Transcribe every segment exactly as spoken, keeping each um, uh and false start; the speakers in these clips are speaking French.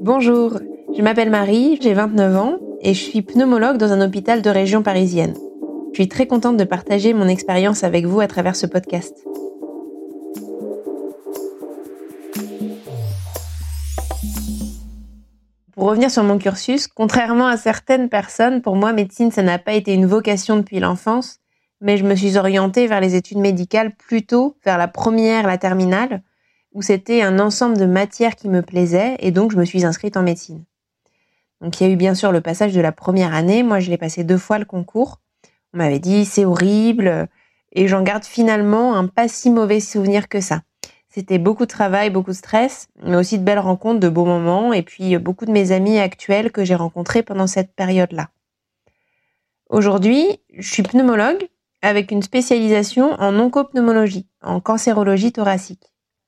Bonjour, je m'appelle Marie, j'ai vingt-neuf ans et je suis pneumologue dans un hôpital de région parisienne. Je suis très contente de partager mon expérience avec vous à travers ce podcast. Pour revenir sur mon cursus, contrairement à certaines personnes, pour moi, médecine, ça n'a pas été une vocation depuis l'enfance, mais je me suis orientée vers les études médicales plutôt vers la première, la terminale, où c'était un ensemble de matières qui me plaisaient et donc je me suis inscrite en médecine. Donc il y a eu bien sûr le passage de la première année, moi je l'ai passé deux fois le concours. On m'avait dit c'est horrible et j'en garde finalement un pas si mauvais souvenir que ça. C'était beaucoup de travail, beaucoup de stress, mais aussi de belles rencontres, de beaux moments et puis beaucoup de mes amis actuels que j'ai rencontrés pendant cette période-là. Aujourd'hui, je suis pneumologue avec une spécialisation en oncopneumologie, en cancérologie thoracique.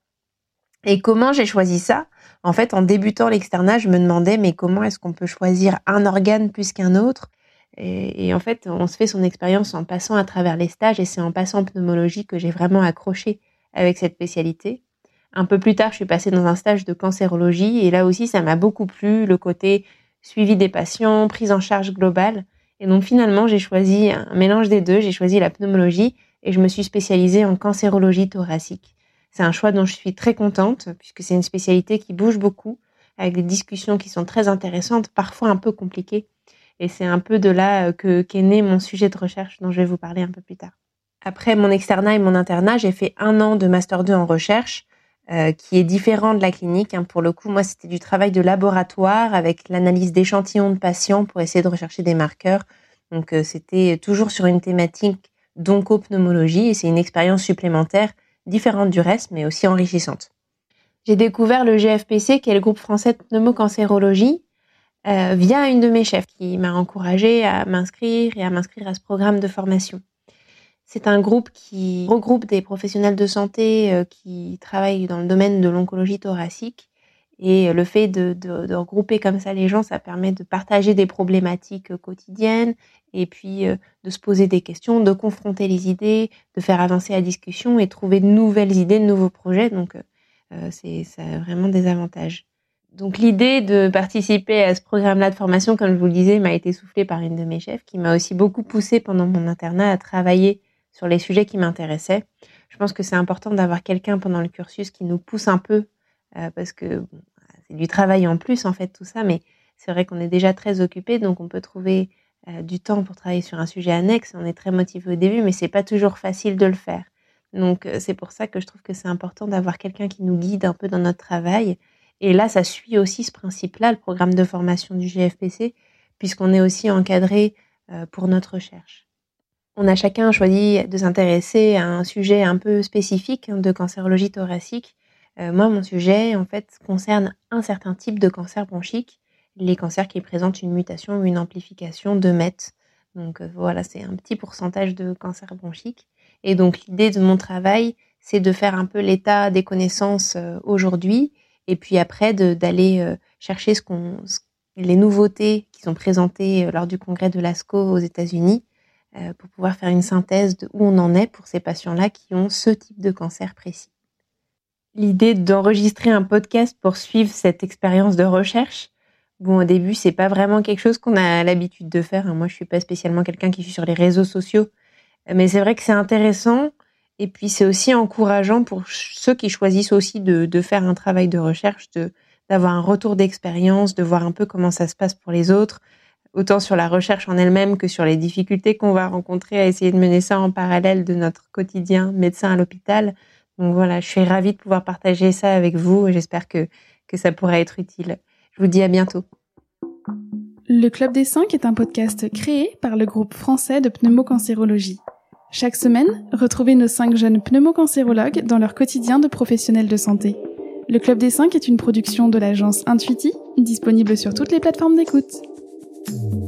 Et comment j'ai choisi ça ? En fait, en débutant l'externat, je me demandais mais comment est-ce qu'on peut choisir un organe plus qu'un autre ? et, et en fait, on se fait son expérience en passant à travers les stages et c'est en passant en pneumologie que j'ai vraiment accroché avec cette spécialité. Un peu plus tard, je suis passée dans un stage de cancérologie et là aussi, ça m'a beaucoup plu, le côté suivi des patients, prise en charge globale. Et donc finalement, j'ai choisi un mélange des deux, j'ai choisi la pneumologie et je me suis spécialisée en cancérologie thoracique. C'est un choix dont je suis très contente puisque c'est une spécialité qui bouge beaucoup, avec des discussions qui sont très intéressantes, parfois un peu compliquées. Et c'est un peu de là que, qu'est né mon sujet de recherche dont je vais vous parler un peu plus tard. Après mon externat et mon internat, j'ai fait un an de master deux en recherche, euh, qui est différent de la clinique. Hein. Pour le coup, moi, c'était du travail de laboratoire avec l'analyse d'échantillons de patients pour essayer de rechercher des marqueurs. Donc, euh, c'était toujours sur une thématique d'oncopneumologie et c'est une expérience supplémentaire, différente du reste, mais aussi enrichissante. J'ai découvert le G F P C, qui est le groupe français de pneumocancérologie, euh, via une de mes chefs qui m'a encouragée à m'inscrire et à m'inscrire à ce programme de formation. C'est un groupe qui regroupe des professionnels de santé euh, qui travaillent dans le domaine de l'oncologie thoracique. Et le fait de, de, de regrouper comme ça les gens, ça permet de partager des problématiques quotidiennes et puis euh, de se poser des questions, de confronter les idées, de faire avancer la discussion et trouver de nouvelles idées, de nouveaux projets. Donc, euh, c'est, ça a vraiment des avantages. Donc, l'idée de participer à ce programme-là de formation, comme je vous le disais, m'a été soufflée par une de mes chefs qui m'a aussi beaucoup poussée pendant mon internat à travailler sur les sujets qui m'intéressaient. Je pense que c'est important d'avoir quelqu'un pendant le cursus qui nous pousse un peu euh, parce que bon, c'est du travail en plus en fait tout ça, mais c'est vrai qu'on est déjà très occupé, donc on peut trouver euh, du temps pour travailler sur un sujet annexe. On est très motivé au début, mais c'est pas toujours facile de le faire. Donc euh, c'est pour ça que je trouve que c'est important d'avoir quelqu'un qui nous guide un peu dans notre travail. Et là, ça suit aussi ce principe-là, le programme de formation du G F P C, puisqu'on est aussi encadré euh, pour notre recherche. On a chacun choisi de s'intéresser à un sujet un peu spécifique de cancérologie thoracique. Euh, moi, mon sujet, en fait, concerne un certain type de cancer bronchique, les cancers qui présentent une mutation ou une amplification de M E T. Donc euh, voilà, c'est un petit pourcentage de cancer bronchique. Et donc l'idée de mon travail, c'est de faire un peu l'état des connaissances euh, aujourd'hui, et puis après de, d'aller euh, chercher ce qu'on, ce, les nouveautés qui sont présentées euh, lors du congrès de l'ASCO aux États-Unis, euh, pour pouvoir faire une synthèse de où on en est pour ces patients-là qui ont ce type de cancer précis. L'idée d'enregistrer un podcast pour suivre cette expérience de recherche, bon, au début, c'est pas vraiment quelque chose qu'on a l'habitude de faire. Moi, je suis pas spécialement quelqu'un qui suit sur les réseaux sociaux, mais c'est vrai que c'est intéressant et puis c'est aussi encourageant pour ceux qui choisissent aussi de, de faire un travail de recherche, de, d'avoir un retour d'expérience, de voir un peu comment ça se passe pour les autres, autant sur la recherche en elle-même que sur les difficultés qu'on va rencontrer à essayer de mener ça en parallèle de notre quotidien médecin à l'hôpital. Donc voilà, je suis ravie de pouvoir partager ça avec vous et j'espère que, que ça pourra être utile. Je vous dis à bientôt. Le Club des cinq est un podcast créé par le groupe français de pneumocancérologie. Chaque semaine, retrouvez nos cinq jeunes pneumocancérologues dans leur quotidien de professionnels de santé. Le Club des cinq est une production de l'agence Intuiti, disponible sur toutes les plateformes d'écoute.